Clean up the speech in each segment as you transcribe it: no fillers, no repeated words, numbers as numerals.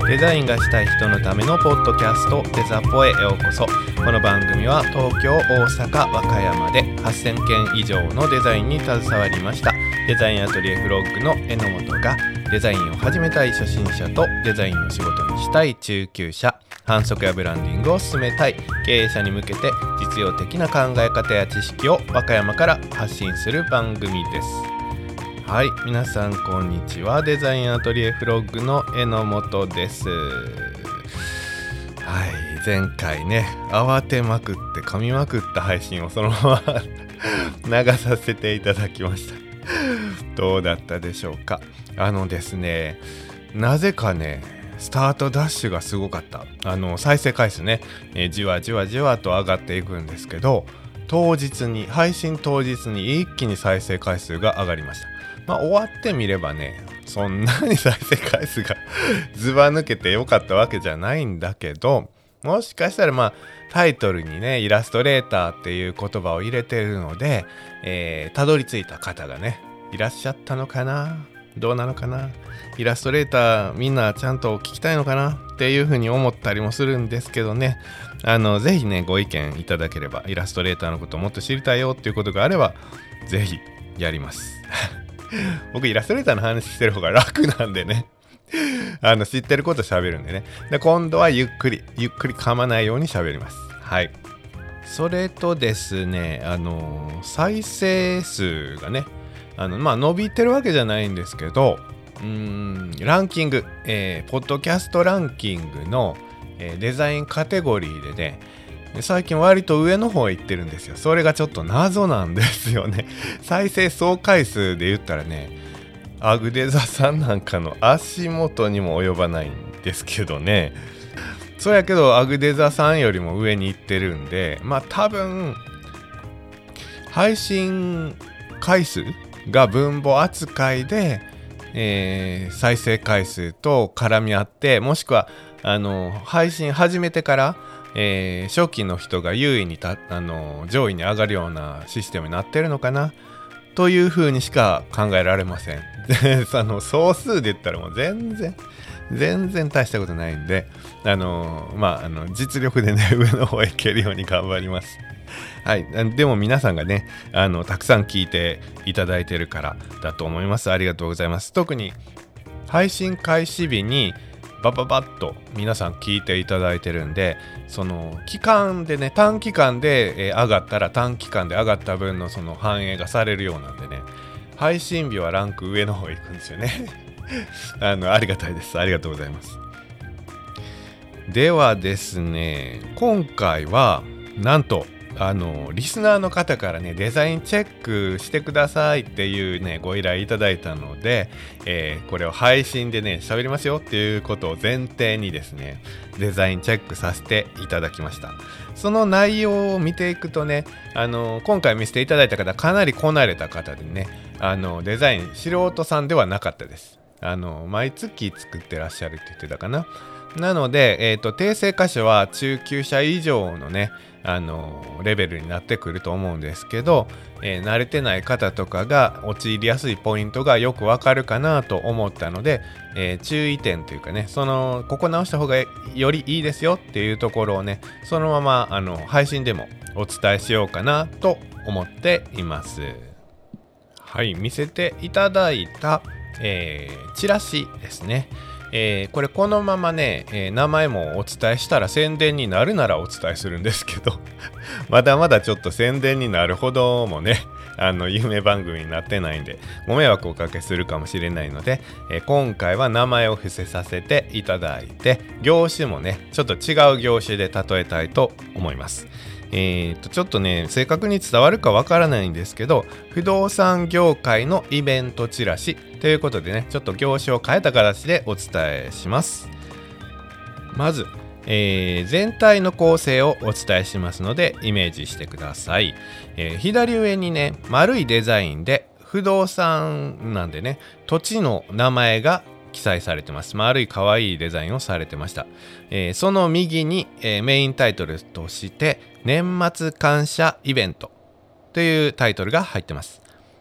デザインがしたい人のためのポッドキャストデザポへようこそ。この番組は東京、大阪、和歌山で8000件以上のデザインに携わりましたデザインアトリエフロッグの榎本が、デザインを始めたい初心者とデザインを仕事にしたい中級者、販促やブランディングを進めたい経営者に向けて実用的な考え方や知識を和歌山から発信する番組です。はい、皆さんこんにちは。デザインアトリエフロッグの榎本です。はい、前回ね、慌てまくって噛みまくった配信をそのまま流させていただきました。どうだったでしょうか。ですね、なぜかね、スタートダッシュがすごかった。再生回数ね、じわじわじわと上がっていくんですけど、配信当日に一気に再生回数が上がりました。終わってみればね、そんなに再生回数がずば抜けてよかったわけじゃないんだけど、もしかしたらタイトルにね、イラストレーターっていう言葉を入れてるので、たどり着いた方がね、いらっしゃったのかな、どうなのかな、イラストレーターみんなちゃんと聞きたいのかなっていうふうに思ったりもするんですけどね、ぜひね、ご意見いただければ、イラストレーターのことをもっと知りたいよっていうことがあれば、ぜひやります僕イラストレーターの話してる方が楽なんでね知ってること喋るんでね。で、今度はゆっくり噛まないように喋ります。はい。それとですね、再生数がね、伸びてるわけじゃないんですけど、ランキング、ポッドキャストランキングの、デザインカテゴリーでね、最近割と上の方へ行ってるんですよ。それがちょっと謎なんですよね。再生総回数で言ったらね、アグデザさんなんかの足元にも及ばないんですけどね。そうやけどアグデザさんよりも上に行ってるんで、多分配信回数が分母扱いで、再生回数と絡み合って、もしくは配信始めてから初期の人が優位に上位に上がるようなシステムになってるのかなというふうにしか考えられません。総数で言ったらもう全然大したことないんで、実力でね、上の方へ行けるように頑張ります。はい。でも皆さんがね、たくさん聞いていただいてるからだと思います。ありがとうございます。特に配信開始日にバッと皆さん聞いていただいてるんで、その期間でね、短期間で、上がったら短期間で上がった分のその反映がされるようなんでね、配信日はランク上の方行くんですよねありがたいです。ありがとうございます。ではですね、今回はなんとリスナーの方からね、デザインチェックしてくださいっていうね、ご依頼いただいたので、これを配信でね、喋りますよっていうことを前提にですね、デザインチェックさせていただきました。その内容を見ていくとね、今回見せていただいた方、かなりこなれた方でね、デザイン素人さんではなかったです。毎月作ってらっしゃるって言ってたかな。なので、訂正箇所は中級者以上のね、レベルになってくると思うんですけど、慣れてない方とかが陥りやすいポイントがよくわかるかなと思ったので、注意点というかね、ここ直した方がよりいいですよっていうところをね、そのまま配信でもお伝えしようかなと思っています。はい、見せていただいた、チラシですね。これこのままね、名前もお伝えしたら宣伝になるならお伝えするんですけどまだまだちょっと宣伝になるほどもね、有名番組になってないんでご迷惑をおかけするかもしれないので、今回は名前を伏せさせていただいて、業種もねちょっと違う業種で例えたいと思います。ちょっとね、正確に伝わるかわからないんですけど、不動産業界のイベントチラシということでね、ちょっと業種を変えた形でお伝えします。まず、全体の構成をお伝えしますのでイメージしてください。左上にね、丸いデザインで不動産なんでね、土地の名前が記載されてます。丸い可愛いデザインをされてました。その右に、メインタイトルとして年末感謝イベントというタイトルが入ってます。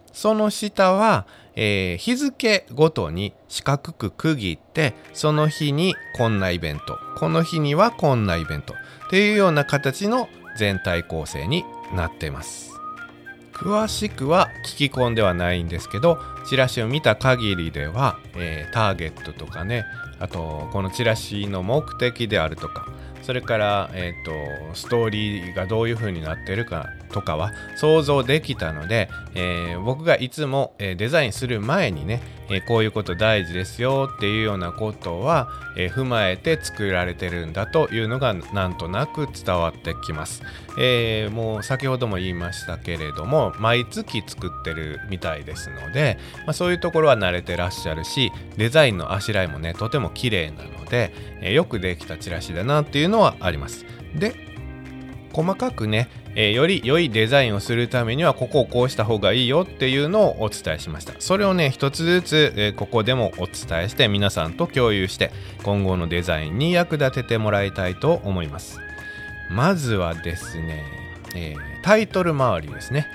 その下は、日付ごとに四角く区切って、その日にこんなイベント、この日にはこんなイベントっていうような形の全体構成になっています。詳しくは聞き込んではないんですけど、チラシを見た限りでは、ターゲットとかね、あとこのチラシの目的であるとか、それから、ストーリーがどういう風になってるかとかは想像できたので、僕がいつもデザインする前にね、こういうこと大事ですよっていうようなことは、踏まえて作られてるんだというのがなんとなく伝わってきます。もう先ほども言いましたけれども、毎月作ってるみたいですので、そういうところは慣れてらっしゃるし、デザインのあしらいもねとても綺麗なので、よくできたチラシだなっていうのはあります。で、細かくね、より良いデザインをするためにはここをこうした方がいいよっていうのをお伝えしました。それをね一つずつ、ここでもお伝えして皆さんと共有して今後のデザインに役立ててもらいたいと思います。まずはですね、タイトル周りですね。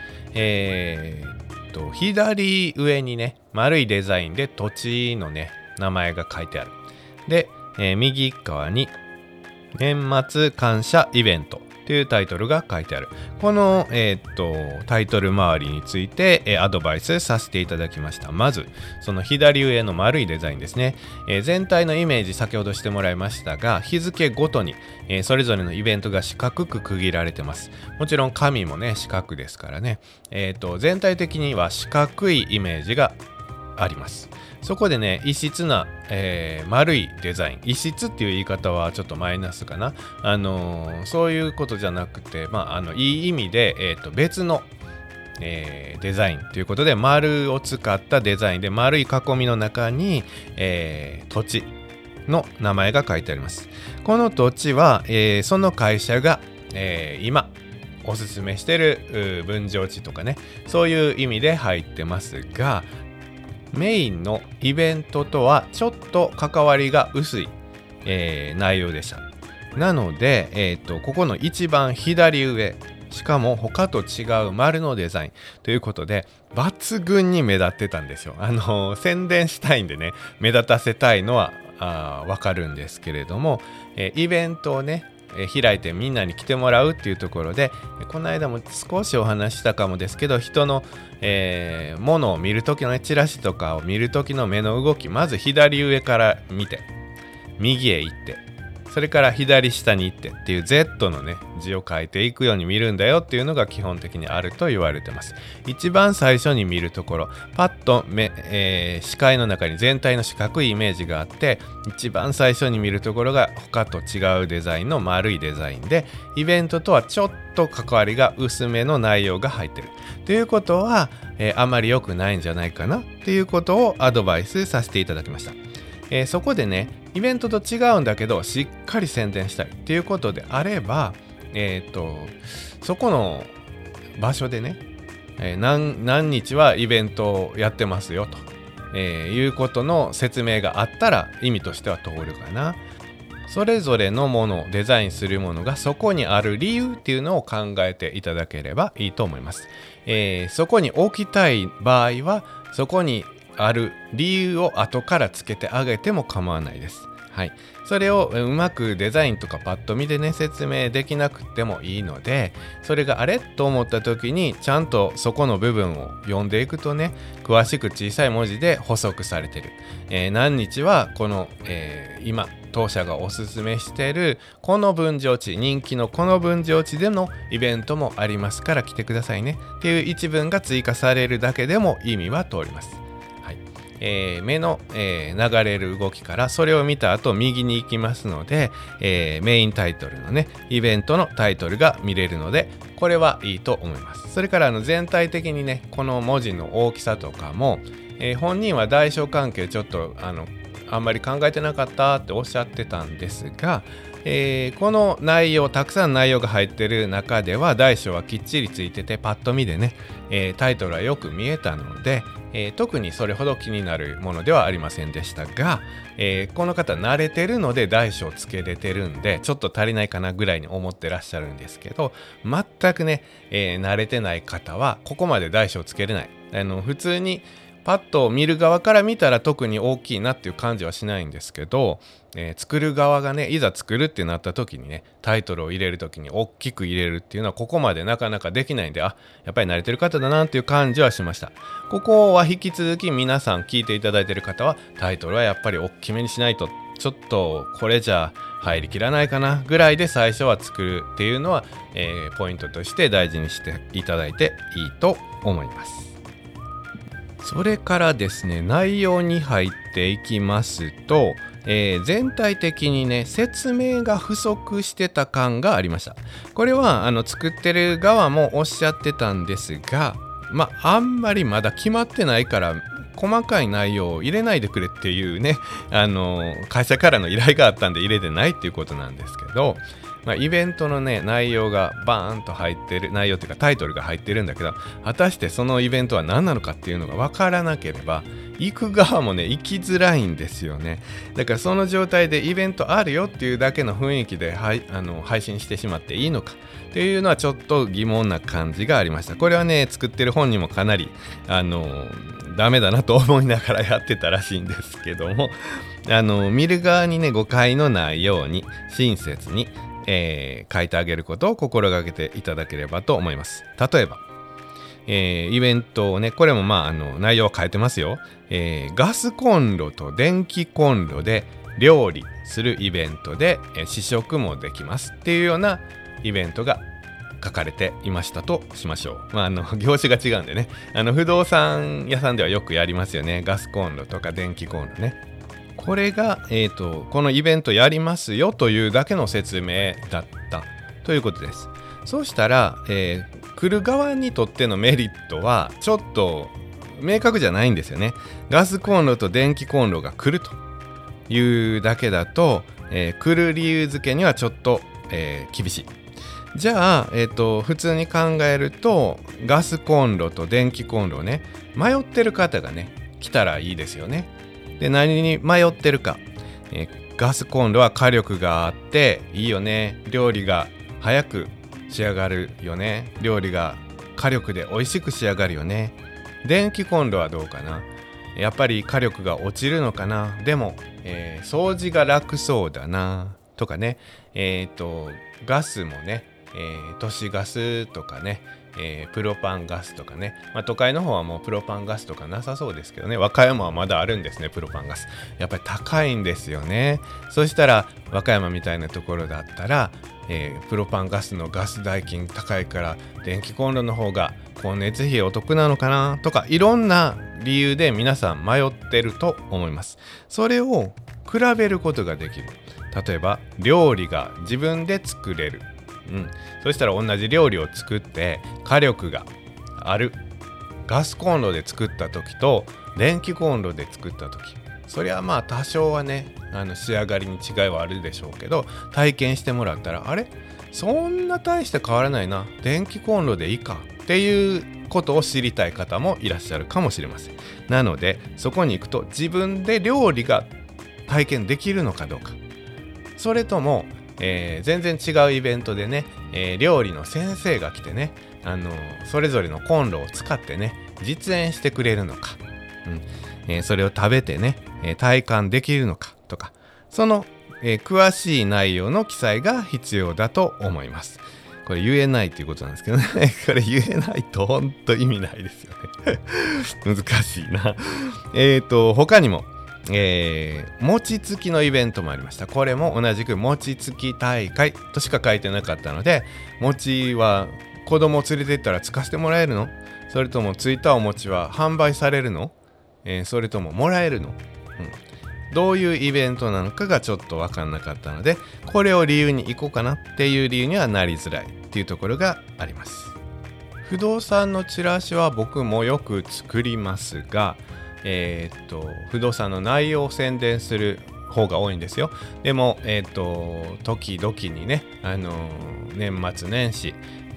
左上にね丸いデザインで土地のね名前が書いてある。で、右側に年末感謝イベントというタイトルが書いてある。この、タイトル周りについて、アドバイスさせていただきました。まずその左上の丸いデザインですね。全体のイメージ先ほどしてもらいましたが、日付ごとに、それぞれのイベントが四角く区切られてます。もちろん紙もね四角ですからね、全体的には四角いイメージがあります。そこでね異質な、丸いデザイン、異質っていう言い方はちょっとマイナスかな、そういうことじゃなくて、いい意味で、別の、デザインということで丸を使ったデザインで丸い囲みの中に、土地の名前が書いてあります。この土地は、その会社が、今おすすめしてる分譲地とかね、そういう意味で入ってますが、メインのイベントとはちょっと関わりが薄い、内容でした。なので、ここの一番左上、しかも他と違う丸のデザインということで抜群に目立ってたんですよ。宣伝したいんでね目立たせたいのはわかるんですけれども、イベントをね開いてみんなに来てもらうっていうところで、この間も少しお話したかもですけど、人の、ものを見るときの、ね、チラシとかを見るときの目の動き、まず左上から見て右へ行って、それから左下に行ってっていう Z のね字を書いていくように見るんだよっていうのが基本的にあると言われてます。一番最初に見るところ、パッと視界の中に全体の四角いイメージがあって、一番最初に見るところが他と違うデザインの丸いデザインで、イベントとはちょっと関わりが薄めの内容が入ってるということは、あまり良くないんじゃないかなっていうことをアドバイスさせていただきました。そこでねイベントと違うんだけどしっかり宣伝したいっていうことであれば、そこの場所でね、何日はイベントをやってますよと、いうことの説明があったら意味としては通るかな。それぞれのものをデザインするものがそこにある理由っていうのを考えていただければいいと思います。そこに置きたい場合はそこにある理由を後からつけてあげても構わないです。はい、それをうまくデザインとかパッと見でね説明できなくてもいいので、それがあれと思った時にちゃんとそこの部分を読んでいくとね、詳しく小さい文字で補足されてる、何日はこの、今当社がおすすめしているこの分譲地、人気のこの分譲地でのイベントもありますから来てくださいねっていう一文が追加されるだけでも意味は通ります。目の、流れる動きからそれを見た後右に行きますので、メインタイトルのねイベントのタイトルが見れるので、これはいいと思います。それから全体的にねこの文字の大きさとかも、本人は大小関係ちょっとあんまり考えてなかったっておっしゃってたんですが、この内容、たくさん内容が入ってる中では大小はきっちりついててパッと見でね、タイトルはよく見えたので、 特にそれほど気になるものではありませんでしたが、この方慣れてるので大小つけれてるんでちょっと足りないかなぐらいに思ってらっしゃるんですけど、全くね、慣れてない方はここまで大小つけれない。普通にパッと見る側から見たら特に大きいなっていう感じはしないんですけど、作る側がね、いざ作るってなった時にね、タイトルを入れる時に大きく入れるっていうのはここまでなかなかできないんで、やっぱり慣れてる方だなっていう感じはしました。ここは引き続き皆さん聞いていただいている方はタイトルはやっぱり大きめにしないとちょっとこれじゃ入りきらないかなぐらいで最初は作るっていうのは、ポイントとして大事にしていただいていいと思います。それからですね、内容に入っていきますと、全体的にね説明が不足してた感がありました。これは作ってる側もおっしゃってたんですが、あんまりまだ決まってないから細かい内容を入れないでくれっていうね、会社からの依頼があったんで入れてないっていうことなんですけど、イベントのね内容がバーンと入ってる、内容っていうかタイトルが入ってるんだけど、果たしてそのイベントは何なのかっていうのが分からなければ行く側もね行きづらいんですよね。だからその状態でイベントあるよっていうだけの雰囲気で配信してしまっていいのかっていうのはちょっと疑問な感じがありました。これはね作ってる本にもかなりダメだなと思いながらやってたらしいんですけども、見る側にね誤解のないように親切に書いてあげることを心がけていただければと思います。例えば、イベントをね、これも内容は変えてますよ。ガスコンロと電気コンロで料理するイベントで、試食もできますっていうようなイベントが書かれていましたとしましょう。業種が違うんでね、不動産屋さんではよくやりますよね。ガスコンロとか電気コンロね。これが、このイベントやりますよというだけの説明だったということです。そうしたら、来る側にとってのメリットはちょっと明確じゃないんですよね。ガスコンロと電気コンロが来るというだけだと、来る理由付けにはちょっと、厳しい。じゃあ、普通に考えるとガスコンロと電気コンロね、迷ってる方がね来たらいいですよね。で、何に迷ってるか、ガスコンロは火力があっていいよね、料理が早く仕上がるよね、料理が火力で美味しく仕上がるよね。電気コンロはどうかな、やっぱり火力が落ちるのかな、でも、掃除が楽そうだなとかね、ガスもね、都市ガスとかね、プロパンガスとかね、都会の方はもうプロパンガスとかなさそうですけどね、和歌山はまだあるんですね。プロパンガスやっぱり高いんですよね。そしたら和歌山みたいなところだったら、プロパンガスのガス代金高いから電気コンロの方が光熱費お得なのかなとか、いろんな理由で皆さん迷ってると思います。それを比べることができる。例えば料理が自分で作れる、そしたら同じ料理を作って火力があるガスコンロで作った時と電気コンロで作った時、そりゃ多少はね仕上がりに違いはあるでしょうけど、体験してもらったら、あれそんな大して変わらないな、電気コンロでいいかっていうことを知りたい方もいらっしゃるかもしれません。なのでそこに行くと自分で料理が体験できるのかどうか、それとも全然違うイベントでね、料理の先生が来てね、それぞれのコンロを使ってね実演してくれるのか、それを食べてね、体感できるのかとか、その、詳しい内容の記載が必要だと思います。これ言えないっていうことなんですけどねこれ言えないと本当意味ないですよね難しいな。他にも餅つきのイベントもありました。これも同じく餅つき大会としか書いてなかったので、餅は子供を連れて行ったらつかせてもらえるの？それともついたお餅は販売されるの？それとももらえるの？どういうイベントなのかがちょっと分かんなかったので、これを理由に行こうかなっていう理由にはなりづらいっていうところがあります。不動産のチラシは僕もよく作りますが、不動産の内容を宣伝する方が多いんですよ。でも、時々にね、年末年始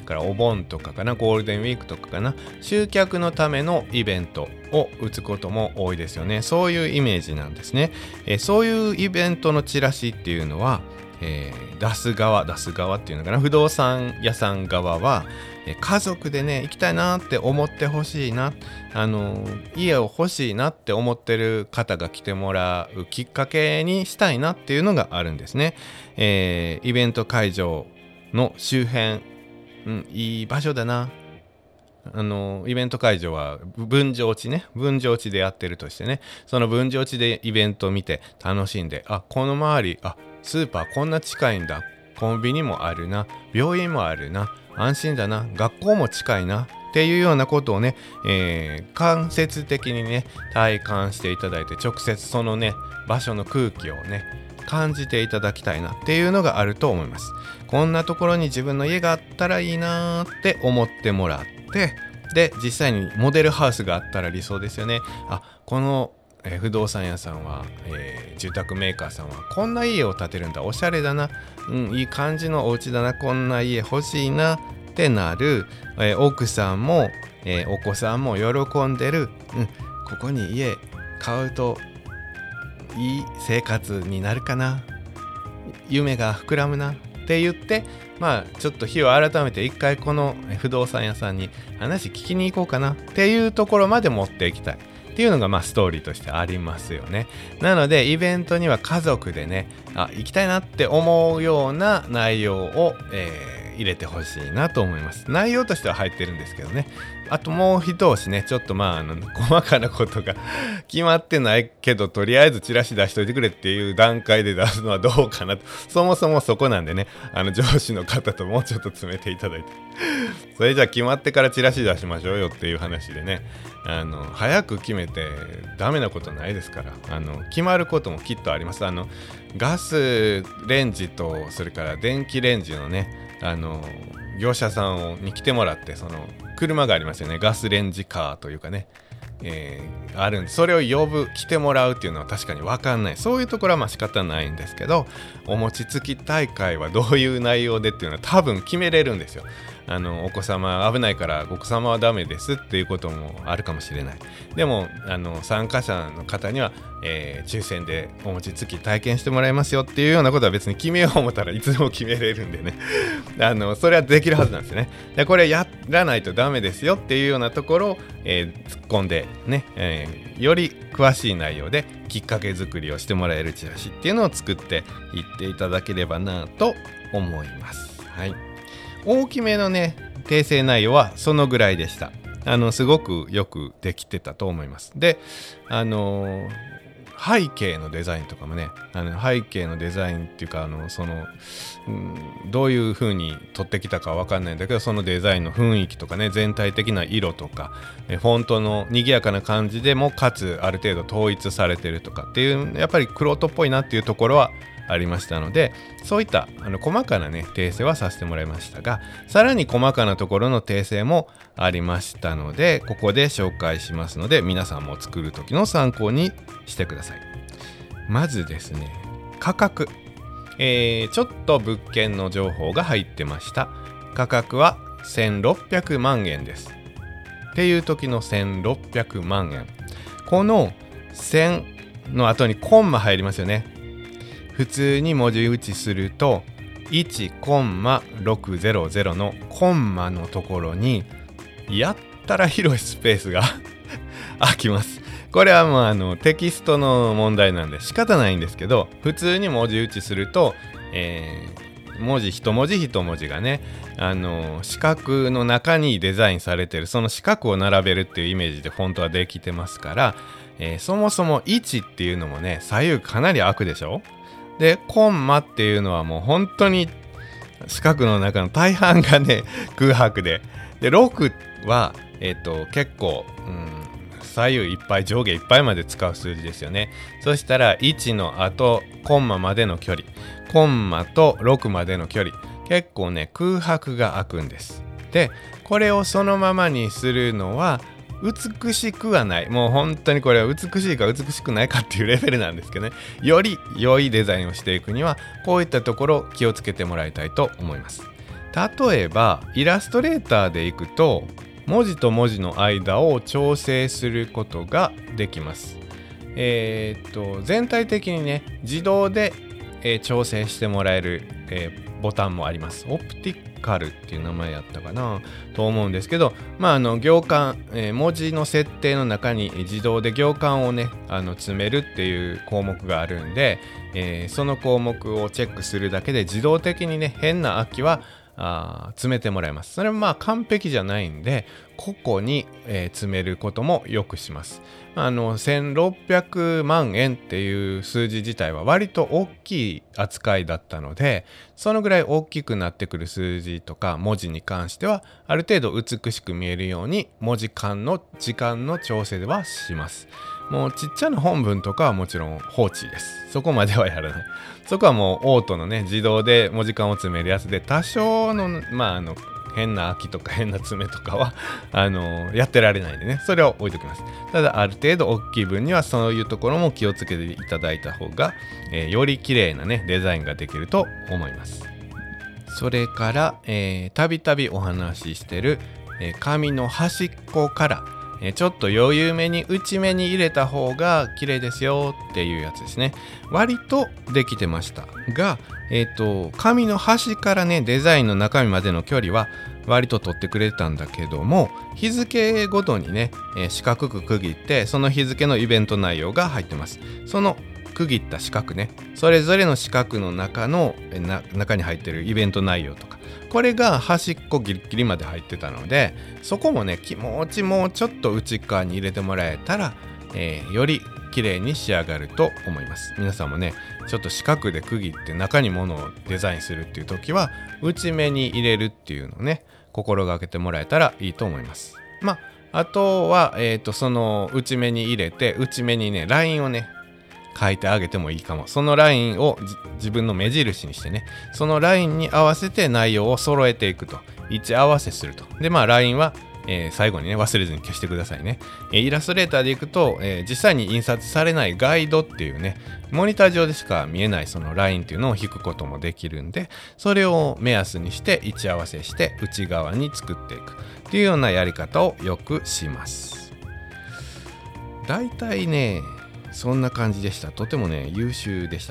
からお盆とかかな、ゴールデンウィークとかかな、集客のためのイベントを打つことも多いですよね。そういうイメージなんですね。そういうイベントのチラシっていうのは、出す側っていうのかな、不動産屋さん側は、家族でね行きたいなって思ってほしいな、家を欲しいなって思ってる方が来てもらうきっかけにしたいなっていうのがあるんですね。イベント会場の周辺、いい場所だな。イベント会場は分譲地でやってるとしてね、その分譲地でイベントを見て楽しんで、この周り、スーパーこんな近いんだ、コンビニもあるな、病院もあるな、安心だな、学校も近いなっていうようなことをね、間接的にね体感していただいて、直接そのね場所の空気をね感じていただきたいなっていうのがあると思います。こんなところに自分の家があったらいいなって思ってもらって、で実際にモデルハウスがあったら理想ですよね。この不動産屋さんは、住宅メーカーさんはこんな家を建てるんだ、おしゃれだな、いい感じのお家だな、こんな家欲しいなってなる、奥さんも、お子さんも喜んでる、ここに家買うといい生活になるかな、夢が膨らむなって言って、ちょっと日を改めて一回この不動産屋さんに話聞きに行こうかなっていうところまで持っていきたいっていうのがストーリーとしてありますよね。なのでイベントには家族でね行きたいなって思うような内容を、入れてほしいなと思います。内容としては入ってるんですけどね、あともう一押しね、ちょっと細かなことが決まってないけど、とりあえずチラシ出しといてくれっていう段階で出すのはどうかなと。そもそもそこなんでね、上司の方ともうちょっと詰めていただいて、それじゃあ決まってからチラシ出しましょうよっていう話でね、早く決めてダメなことないですから、決まることもきっとあります。ガスレンジとそれから電気レンジのね業者さんに来てもらって、その車がありますよね、ガスレンジカーというかね、あるんで、それを来てもらうっていうのは確かに分かんない。そういうところは仕方ないんですけど、お餅つき大会はどういう内容でっていうのは多分決めれるんですよ。お子様危ないからお子様はダメですっていうこともあるかもしれない。でも参加者の方には、抽選でお餅つき体験してもらいますよっていうようなことは別に決めよう思ったらいつでも決めれるんでねそれはできるはずなんですよね。でこれやらないとダメですよっていうようなところを、突っ込んでね、より詳しい内容できっかけ作りをしてもらえるチラシっていうのを作っていっていただければなと思います。はい、大きめのね訂正内容はそのぐらいでした。すごくよくできてたと思います。で背景のデザインとかもね、背景のデザインっていうかどういう風に撮ってきたかわかんないんだけど、そのデザインの雰囲気とかね、全体的な色とかフォントの賑やかな感じでもかつある程度統一されてるとかっていう、やっぱり玄人っぽいなっていうところはありましたので、そういった細かなね訂正はさせてもらいましたが、さらに細かなところの訂正もありましたので、ここで紹介しますので、皆さんも作る時の参考にしてください。まずですね、価格、ちょっと物件の情報が入ってました。価格は1600万円ですっていう時の1600万円、この1000の後にコンマ入りますよね。普通に文字打ちすると1コンマ600のコンマのところにやったら広いスペースが空きます。これはもうテキストの問題なんで仕方ないんですけど、普通に文字打ちすると、文字一文字一文字がね、四角の中にデザインされてる、その四角を並べるっていうイメージでフォントはできてますから、そもそも1っていうのもね左右かなり空くでしょ。でコンマっていうのはもう本当に四角の中の大半がね空白で、6は結構、左右いっぱい上下いっぱいまで使う数字ですよね。そしたら1の後コンマまでの距離、コンマと6までの距離、結構ね空白が空くんです。でこれをそのままにするのは美しくはない。もう本当にこれは美しいか美しくないかっていうレベルなんですけどね、より良いデザインをしていくにはこういったところ気をつけてもらいたいと思います。 例えばイラストレーターでいくと文字と文字の間を調整することができます。全体的にね自動で、調整してもらえる、ボタンもあります。オプティカルっていう名前やったかなと思うんですけど、行間、文字の設定の中に自動で行間をね詰めるっていう項目があるんで、その項目をチェックするだけで自動的にね変な空きは詰めてもらいます。それも完璧じゃないんで個々に、詰めることもよくします。1600万円っていう数字自体は割と大きい扱いだったので、そのぐらい大きくなってくる数字とか文字に関してはある程度美しく見えるように文字間の時間の調整はします。もうちっちゃな本文とかはもちろん放置です。そこまではやらない。そこはもうオートのね自動で文字間を詰めるやつで、多少の変な空きとか変な詰めとかはやってられないんでね、それは置いときます。ただある程度大きい分にはそういうところも気をつけていただいた方が、より綺麗なねデザインができると思います。それからたびたびお話ししてる、紙の端っこからちょっと余裕めに内目に入れた方が綺麗ですよっていうやつですね。割とできてましたが、紙の端からねデザインの中身までの距離は割と取ってくれたんだけども、日付ごとにね、四角く区切ってその日付のイベント内容が入ってます。その区切った四角ね、それぞれの四角の中に入ってるイベント内容とか、これが端っこギリギリまで入ってたので、そこもね気持ちもうちょっと内側に入れてもらえたら、より綺麗に仕上がると思います。皆さんもねちょっと四角で区切って中に物をデザインするっていう時は内目に入れるっていうのをね心がけてもらえたらいいと思います。あとは、その内目に入れて内目にねラインをね書いてあげてもいいかも。そのラインを自分の目印にしてね、そのラインに合わせて内容を揃えていくと、位置合わせすると。でラインは、最後にね忘れずに消してくださいね。イラストレーターでいくと、実際に印刷されないガイドっていうねモニター上でしか見えないそのラインっていうのを引くこともできるんで、それを目安にして位置合わせして内側に作っていくっていうようなやり方をよくします。だいたいねそんな感じでした。とてもね優秀でした。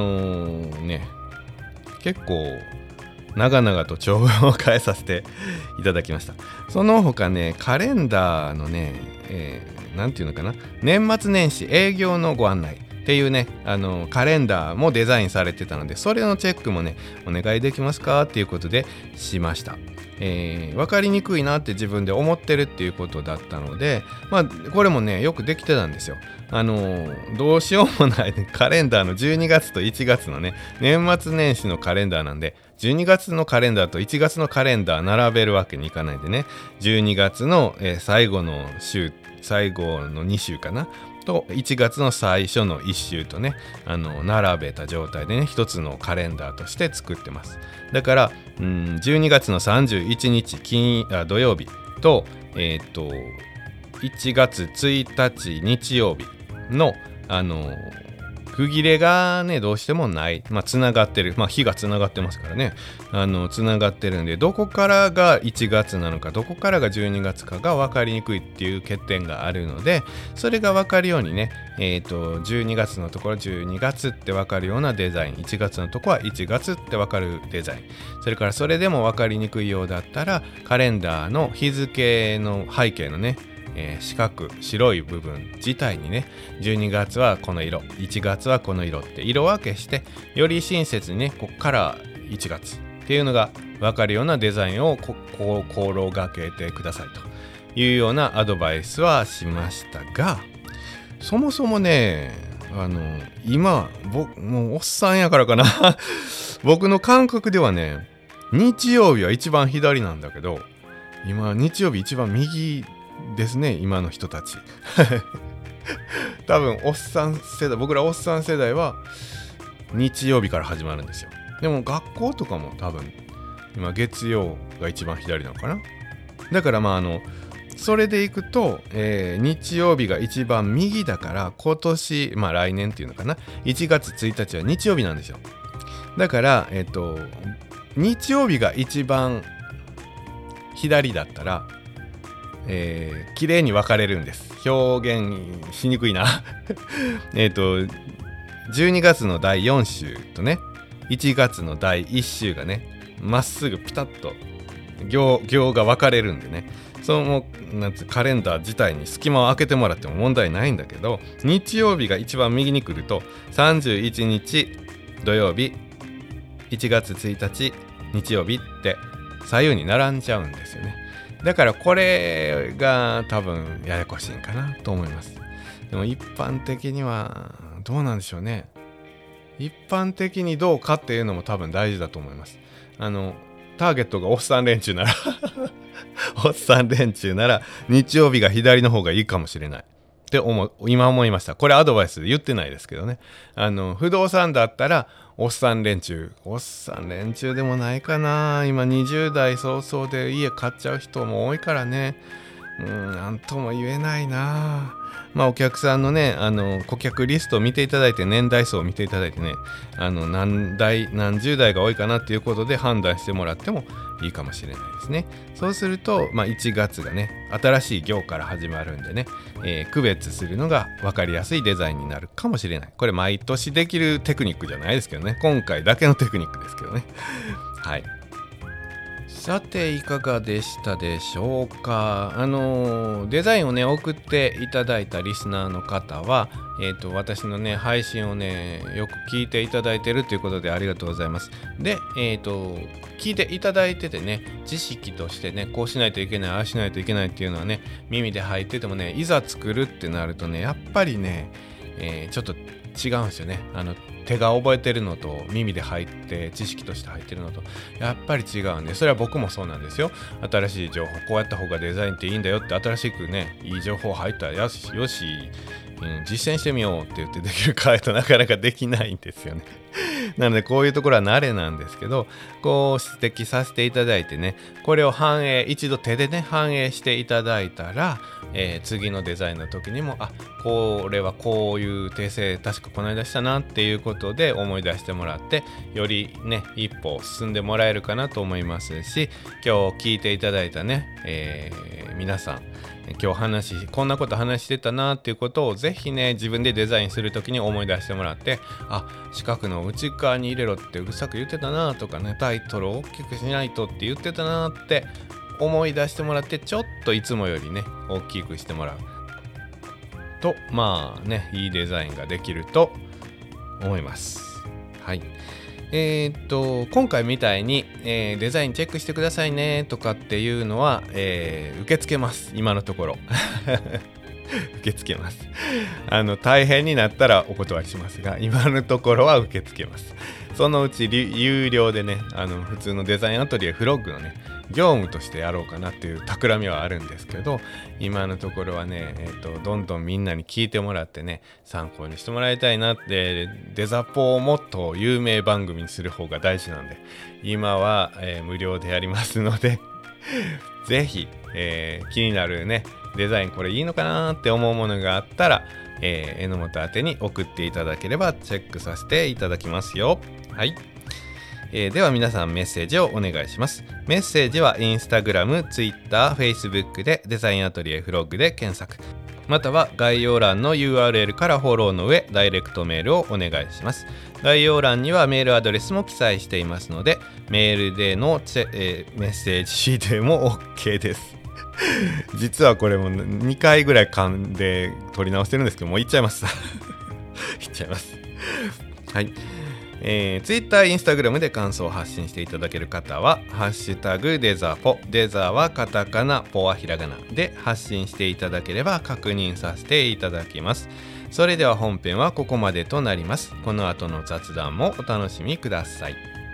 結構長々と長文を変えさせていただきました。その他ねカレンダーのね、なんていうのかな、年末年始営業のご案内っていうねカレンダーもデザインされてたので、それのチェックもねお願いできますかっていうことでしました。分かりにくいなって自分で思ってるっていうことだったので、これもねよくできてたんですよ。どうしようもない、ね、カレンダーの12月と1月のね年末年始のカレンダーなんで、12月のカレンダーと1月のカレンダー並べるわけにいかないでね、12月の、最後の週、最後の2週かなと1月の最初の1週とね並べた状態でね一つのカレンダーとして作ってます。だから12月の31日土曜日と1月1日日曜日の区切れがねどうしてもない、つながってる、日がつながってますからねつながってるんで、どこからが1月なのかどこからが12月かが分かりにくいっていう欠点があるので、それが分かるようにね12月のところ12月って分かるようなデザイン、1月のところは1月って分かるデザイン、それからそれでも分かりにくいようだったらカレンダーの日付の背景のね四角白い部分自体にね12月はこの色1月はこの色って色分けして、より親切にねこっから1月っていうのが分かるようなデザインを心がけてくださいというようなアドバイスはしましたが、そもそもね今もうおっさんやからかな僕の感覚ではね日曜日は一番左なんだけど、今日曜日一番右ですね今の人たち多分僕らおっさん世代は日曜日から始まるんですよ。でも学校とかも多分今月曜が一番左なのかな。だからそれでいくと、日曜日が一番右だから今年来年っていうのかな1月1日は日曜日なんですよ。だから日曜日が一番左だったら、綺麗に分かれるんです。表現しにくいな12月の第4週とね1月の第1週がねまっすぐピタッと行が分かれるんでね、そのカレンダー自体に隙間を空けてもらっても問題ないんだけど、日曜日が一番右に来ると31日土曜日1月1日日曜日って左右に並んじゃうんですよね。だからこれが多分ややこしいんかなと思います。でも一般的にはどうなんでしょうね。一般的にどうかっていうのも多分大事だと思います。ターゲットがおっさん連中ならおっさん連中なら日曜日が左の方がいいかもしれないって今思いました。これアドバイスで言ってないですけどね。不動産だったらおっさん連中でもないかな。今20代早々で家買っちゃう人も多いからね。なんとも言えないな。まあお客さんのね顧客リストを見ていただいて、年代層を見ていただいてね、何十代が多いかなっていうことで判断してもらってもいいかもしれないですね。そうすると、1月がね新しい行から始まるんでね、区別するのが分かりやすいデザインになるかもしれない。これ毎年できるテクニックじゃないですけどね、今回だけのテクニックですけどね。はい、さていかがでしたでしょうか。デザインをね送っていただいたリスナーの方は、私のね配信をねよく聞いていただいてるということでありがとうございます。で、聞いていただいててね、知識としてねこうしないといけないああしないといけないっていうのはね耳で入っててもね、いざ作るってなるとねやっぱりね、ちょっと違うんですよね。手が覚えてるのと耳で入って知識として入ってるのとやっぱり違うんで、それは僕もそうなんですよ。新しい情報こうやった方がデザインっていいんだよって、新しくねいい情報入ったらよし、実践してみようって言ってできるかとなかなかできないんですよね。なのでこういうところは慣れなんですけど、こう指摘させていただいてね、これを一度手でね反映していただいたら、次のデザインの時にもこれはこういう訂正確かこの間したなっていうことで思い出してもらって、よりね一歩進んでもらえるかなと思いますし、今日聞いていただいたね、皆さん今日こんなこと話してたなっていうことをぜひね自分でデザインするときに思い出してもらって、四角の内側に入れろってうるさく言ってたなとかね、タイトルを大きくしないとって言ってたなって思い出してもらって、ちょっといつもよりね大きくしてもらうといいデザインができると思います。はい、今回みたいに、デザインチェックしてくださいねとかっていうのは、受け付けます。今のところ受け付けます。大変になったらお断りしますが、今のところは受け付けます。そのうち有料でね普通のデザインアトリエフロッグのね業務としてやろうかなっていう企みはあるんですけど、今のところはね、どんどんみんなに聞いてもらってね参考にしてもらいたいなって、デザポをもっと有名番組にする方が大事なんで、今は、無料でやりますのでぜひ、気になるねデザインこれいいのかなって思うものがあったら、榎本宛てに送っていただければチェックさせていただきますよ。はい、では皆さんメッセージをお願いします。メッセージはインスタグラム、ツイッター、フェイスブックでデザインアトリエフロッグで検索、または概要欄の URL からフォローの上ダイレクトメールをお願いします。概要欄にはメールアドレスも記載していますので、メールでのメッセージでも OK です実はこれも2回ぐらい噛んで撮り直してるんですけど、もう言っちゃいます言っちゃいます。はい、Twitter、Instagram で感想を発信していただける方はハッシュタグデザポ、デザはカタカナ、ポはひらがなで発信していただければ確認させていただきます。それでは本編はここまでとなります。この後の雑談もお楽しみください。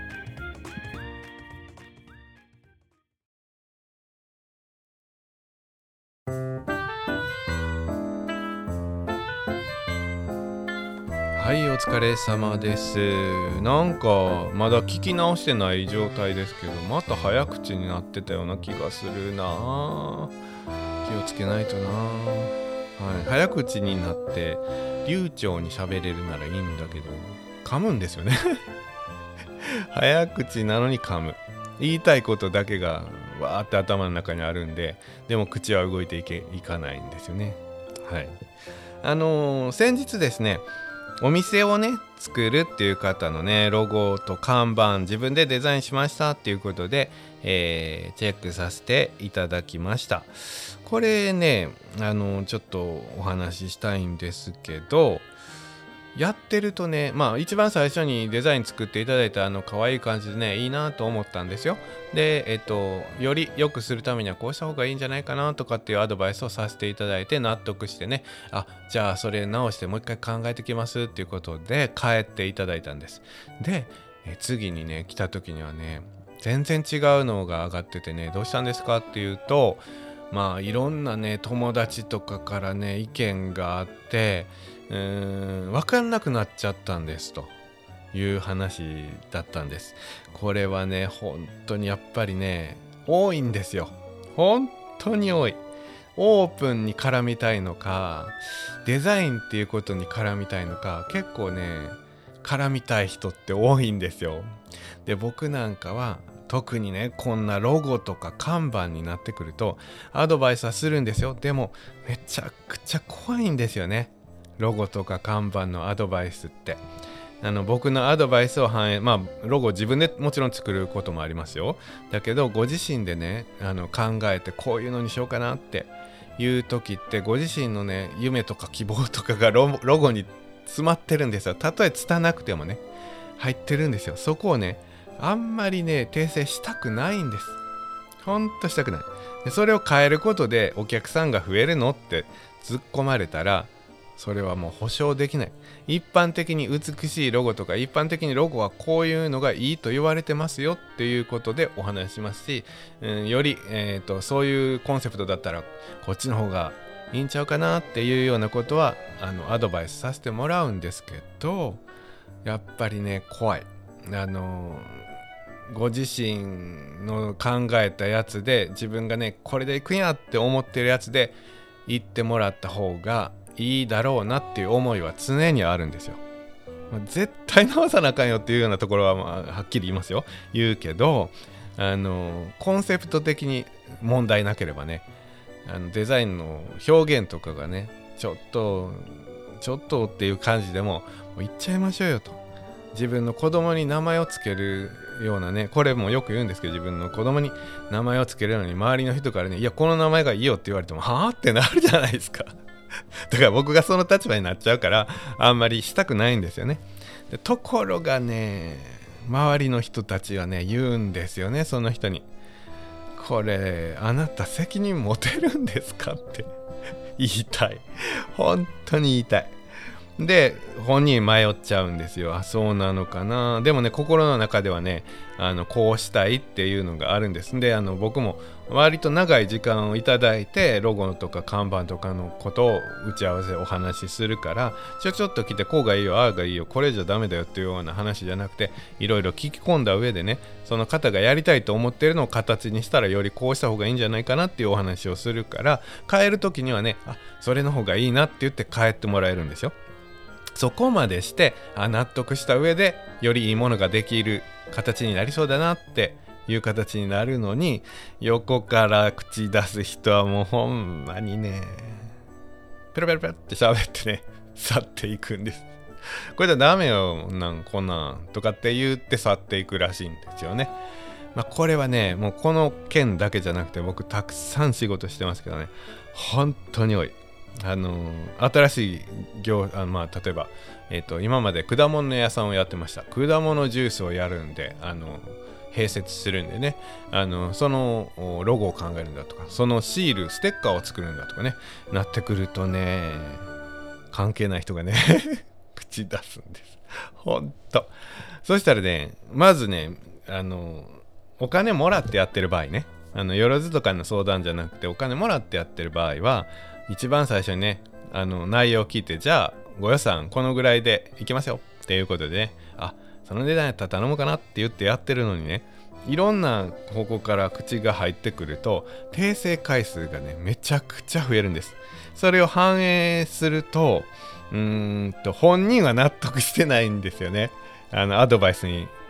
はい、お疲れ様です。なんかまだ聞き直してない状態ですけど、また早口になってたような気がするな。気をつけないとな。はい、早口になって流暢に喋れるならいいんだけど、噛むんですよね早口なのに噛む。言いたいことだけがわーって頭の中にあるんで、でも口は動いていかないんですよね。はい。先日ですね、お店をね作るっていう方のねロゴと看板自分でデザインしましたっていうことで、チェックさせていただきました。これねちょっとお話ししたいんですけど、やってるとね、一番最初にデザイン作っていただいた可愛い感じでねいいなと思ったんですよ。でより良くするためにはこうした方がいいんじゃないかなとかっていうアドバイスをさせていただいて納得してね、じゃあそれ直してもう一回考えてきますっていうことで帰っていただいたんです。で次にね来た時にはね全然違うのが上がっててね、どうしたんですかっていうと、いろんなね友達とかからね意見があって分かんなくなっちゃったんですという話だったんです。これはね本当にやっぱりね多いんですよ。本当に多い。オープンに絡みたいのかデザインっていうことに絡みたいのか、結構ね絡みたい人って多いんですよ。で僕なんかは特にねこんなロゴとか看板になってくるとアドバイスはするんですよ。でもめちゃくちゃ怖いんですよね、ロゴとか看板のアドバイスって。僕のアドバイスを反映、ロゴ自分でもちろん作ることもありますよ。だけどご自身でね考えてこういうのにしようかなっていう時ってご自身のね夢とか希望とかがロゴに詰まってるんですよ。たとえ拙なくてもね入ってるんですよ。そこをねあんまりね訂正したくないんです。ほんとしたくない。でそれを変えることでお客さんが増えるのって突っ込まれたらそれはもう保証できない。一般的に美しいロゴとか一般的にロゴはこういうのがいいと言われてますよっていうことでお話しますし、より、そういうコンセプトだったらこっちの方がいいんちゃうかなっていうようなことはアドバイスさせてもらうんですけど、やっぱりね怖い。ご自身の考えたやつで自分がねこれでいくんやって思ってるやつで言ってもらった方がいいだろうなっていう思いは常にあるんですよ。絶対直さなあかんよっていうようなところははっきり言いますよ。言うけどコンセプト的に問題なければねデザインの表現とかがねちょっとっていう感じでも言っちゃいましょうよと。自分の子供に名前をつけるようなね、これもよく言うんですけど、自分の子供に名前をつけるのに周りの人からね、いやこの名前がいいよって言われてもはぁってなるじゃないですか。だから僕がその立場になっちゃうからあんまりしたくないんですよね。でところがね周りの人たちはね言うんですよね、その人に。これあなた責任持てるんですかって言いたい。本当に言いたい。で本人迷っちゃうんですよ。そうなのかな。でもね心の中ではねこうしたいっていうのがあるんです。で僕も割と長い時間をいただいてロゴとか看板とかのことを打ち合わせお話しするから、ちょっと来てこうがいいよああがいいよこれじゃダメだよっていうような話じゃなくて、いろいろ聞き込んだ上でねその方がやりたいと思ってるのを形にしたらよりこうした方がいいんじゃないかなっていうお話をするから、変える時にはねそれの方がいいなって言って変えてもらえるんですよ。そこまでして納得した上でよりいいものができる形になりそうだなっていう形になるのに、横から口出す人はもうほんまにねペロペロペロって喋ってね去っていくんです。これじゃダメよこんなんとかって言って去っていくらしいんですよね。これはねもうこの件だけじゃなくて僕たくさん仕事してますけどね、本当に多い。新しい例えば、今まで果物屋さんをやってました。果物ジュースをやるんで併設するんでねそのロゴを考えるんだとか、そのシールステッカーを作るんだとかねなってくるとね関係ない人がね口出すんです。ほんと。そしたらねまずねお金もらってやってる場合ねよろずとかの相談じゃなくてお金もらってやってる場合は一番最初にね内容を聞いて、じゃあご予算このぐらいでいきますよっていうことでね、その値段やったら頼むかなって言ってやってるのにね、いろんな方向から口が入ってくると訂正回数がねめちゃくちゃ増えるんです。それを反映すると本人は納得してないんですよね。アドバイスに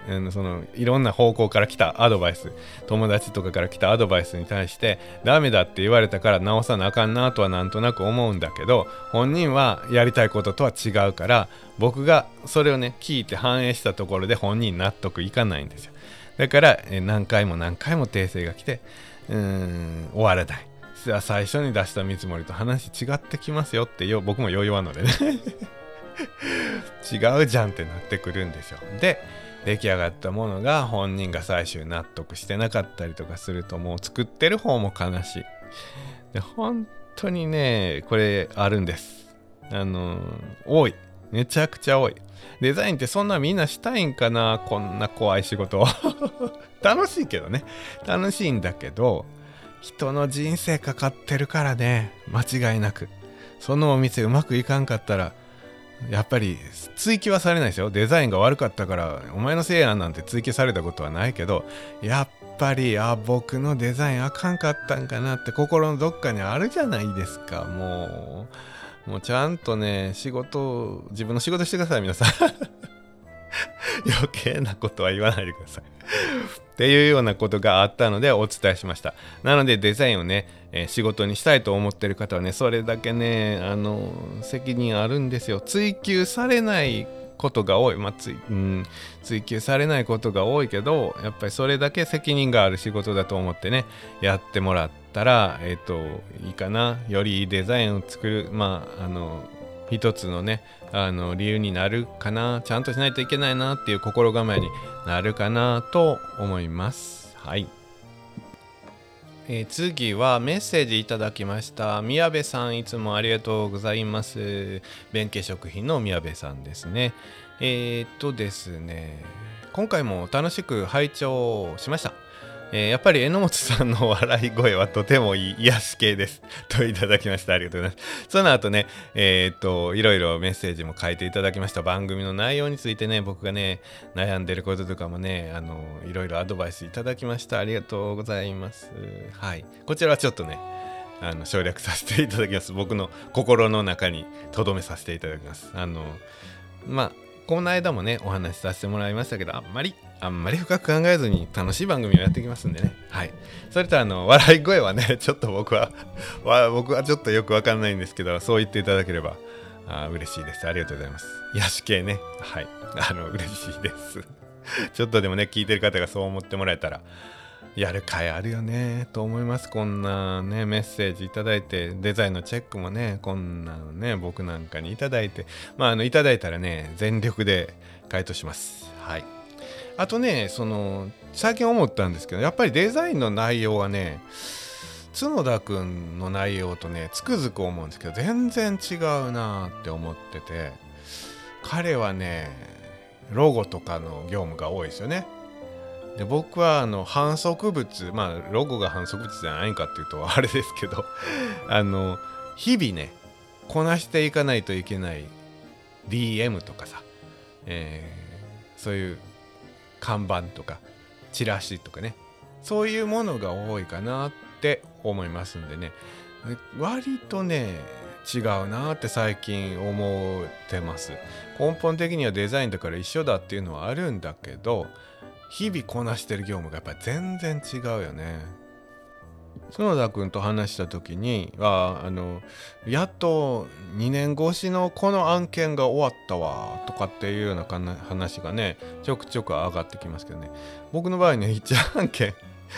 そのいろんな方向から来たアドバイス、友達とかから来たアドバイスに対してダメだって言われたから直さなあかんなとはなんとなく思うんだけど、本人はやりたいこととは違うから、僕がそれをね聞いて反映したところで本人納得いかないんですよ。だから何回も何回も訂正が来て終わらない。最初に出した見積もりと話違ってきますよって僕もよう言わんのでね違うじゃんってなってくるんですよ。で出来上がったものが本人が最終納得してなかったりとかすると、もう作ってる方も悲しい。で本当にねこれあるんです。多い、めちゃくちゃ多い。デザインってそんなみんなしたいんかな、こんな怖い仕事楽しいけどね、楽しいんだけど人の人生かかってるからね、間違いなく。そのお店うまくいかんかったらやっぱり追求はされないですよ。デザインが悪かったからお前のせいやなんて追求されたことはないけど、やっぱり僕のデザインあかんかったんかなって心のどっかにあるじゃないですか。もうちゃんとね自分の仕事してください皆さん余計なことは言わないでくださいっていうようなことがあったのでお伝えしました。なのでデザインをね、仕事にしたいと思ってる方はね、それだけね責任あるんですよ。追求されないことが多い、追求されないことが多いけど、やっぱりそれだけ責任がある仕事だと思ってねやってもらったらいいかな。よりいいデザインを作る一つのね理由になるかな、ちゃんとしないといけないなっていう心構えになるかなと思います。はい。次はメッセージいただきました宮部さん、いつもありがとうございます。弁慶食品の宮部さんですね。ですね、今回も楽しく拝聴しました。やっぱり榎本さんの笑い声はとてもいい癒し系ですといただきました。ありがとうございます。その後ねいろいろメッセージも書いていただきました。番組の内容についてね、僕がね悩んでることとかもねいろいろアドバイスいただきました。ありがとうございます。はい、こちらはちょっとね省略させていただきます。僕の心の中に留めさせていただきます。この間もねお話しさせてもらいましたけど、あんまり深く考えずに楽しい番組をやっていきますんでね。はい。それと笑い声はねちょっと僕はちょっとよくわかんないんですけど、そう言っていただければ嬉しいです。ありがとうございます。癒し系ね。はい。嬉しいですちょっとでもね聞いてる方がそう思ってもらえたらやる会あるよねと思います。こんなねメッセージいただいて、デザインのチェックもねこんなのね僕なんかにいただいて、いただいたらね全力で回答します。はい。あとね最近思ったんですけど、やっぱりデザインの内容はね角田くんの内容とねつくづく思うんですけど全然違うなって思ってて、彼はねロゴとかの業務が多いですよね。で僕は反則物、ロゴが反則物じゃないかっていうとあれですけど日々ねこなしていかないといけない DM とかさ、そういう看板とかチラシとかね、そういうものが多いかなって思いますんでね、割とね違うなって最近思ってます。根本的にはデザインだから一緒だっていうのはあるんだけど、日々こなしてる業務がやっぱり全然違うよね。角田くんと話した時にやっと2年越しのこの案件が終わったわとかっていうような話がねちょくちょく上がってきますけどね、僕の場合ね1案件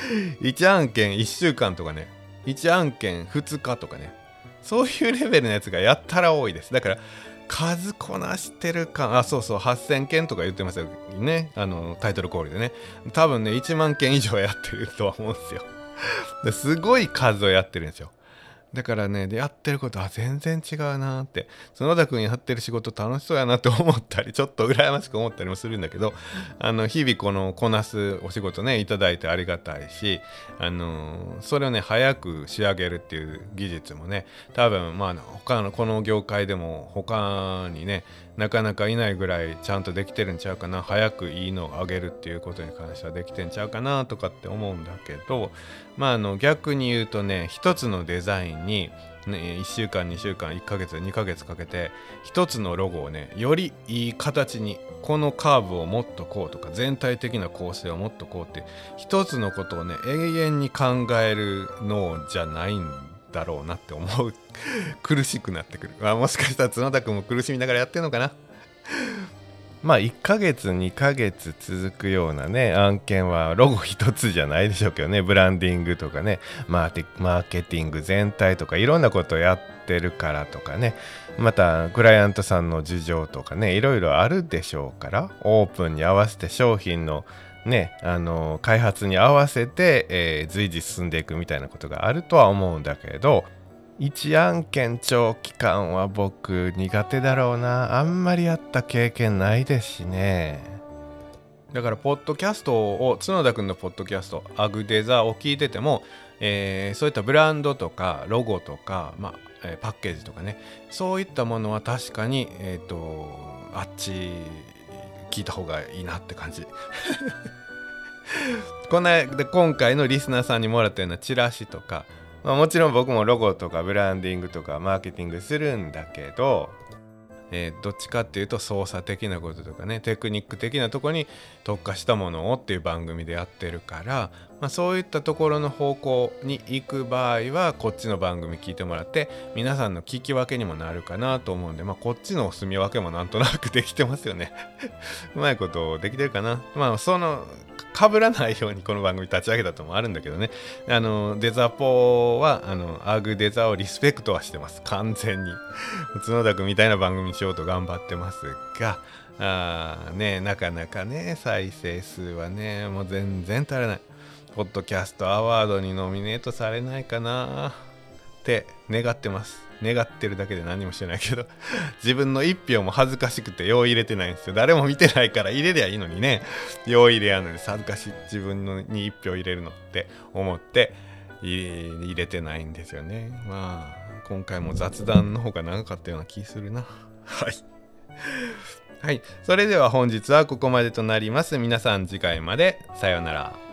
1週間とかね、1案件2日とかね、そういうレベルのやつがやったら多いです。だから数こなしてる感、そう8000件とか言ってますよね、タイトルコールでね。多分ね1万件以上やってるとは思うんですよすごい数をやってるんですよ。だからねやってることは全然違うなって、角田くんやってる仕事楽しそうやなって思ったりちょっと羨ましく思ったりもするんだけど、日々こなすお仕事ねいただいてありがたいし、それをね早く仕上げるっていう技術もね多分他のこの業界でも他にねなかなかいないぐらいちゃんとできてるんちゃうかな、早くいいのをあげるっていうことに関してはできてんちゃうかなとかって思うんだけど、逆に言うとね、一つのデザインに1週間2週間1ヶ月2ヶ月かけて一つのロゴをね、よりいい形に、このカーブをもっとこうとか全体的な構成をもっとこうって一つのことをね永遠に考えるのじゃないんだろうなって思う苦しくなってくる。もしかしたら角田君も苦しみながらやってんのかな。1ヶ月2ヶ月続くようなね案件はロゴ一つじゃないでしょうけどね、ブランディングとかねマーケティング全体とかいろんなことをやってるからとかね、またクライアントさんの事情とかねいろいろあるでしょうから、オープンに合わせて商品のね開発に合わせて、随時進んでいくみたいなことがあるとは思うんだけど、一案件長期間は僕苦手だろうな。あんまりやった経験ないですしね。だからポッドキャストを角田くんのポッドキャストアグデザを聞いてても、そういったブランドとかロゴとか、パッケージとかね、そういったものは確かにあっち聞いた方がいいなって感じ今回のリスナーさんにもらったようなチラシとか、もちろん僕もロゴとかブランディングとかマーケティングするんだけど、どっちかっていうと操作的なこととかねテクニック的なところに特化したものをっていう番組でやってるから、そういったところの方向に行く場合はこっちの番組聞いてもらって皆さんの聞き分けにもなるかなと思うんで、こっちの住み分けもなんとなくできてますよねうまいことできてるかな。その被らないようにこの番組立ち上げたともあるんだけどね、デザポはアグデザをリスペクトはしてます。完全に角田君みたいな番組にしようと頑張ってますが、なかなかね再生数はねもう全然足らない。ポッドキャストアワードにノミネートされないかなって願ってます。願ってるだけで何もしてないけど自分の一票も恥ずかしくてよう入れてないんですよ。誰も見てないから入れりゃいいのにね、よう入れやんのに恥ずかしい、自分に一票入れるのって思って入れてないんですよね。今回も雑談の方が長かったような気するなはい、それでは本日はここまでとなります。皆さん次回までさようなら。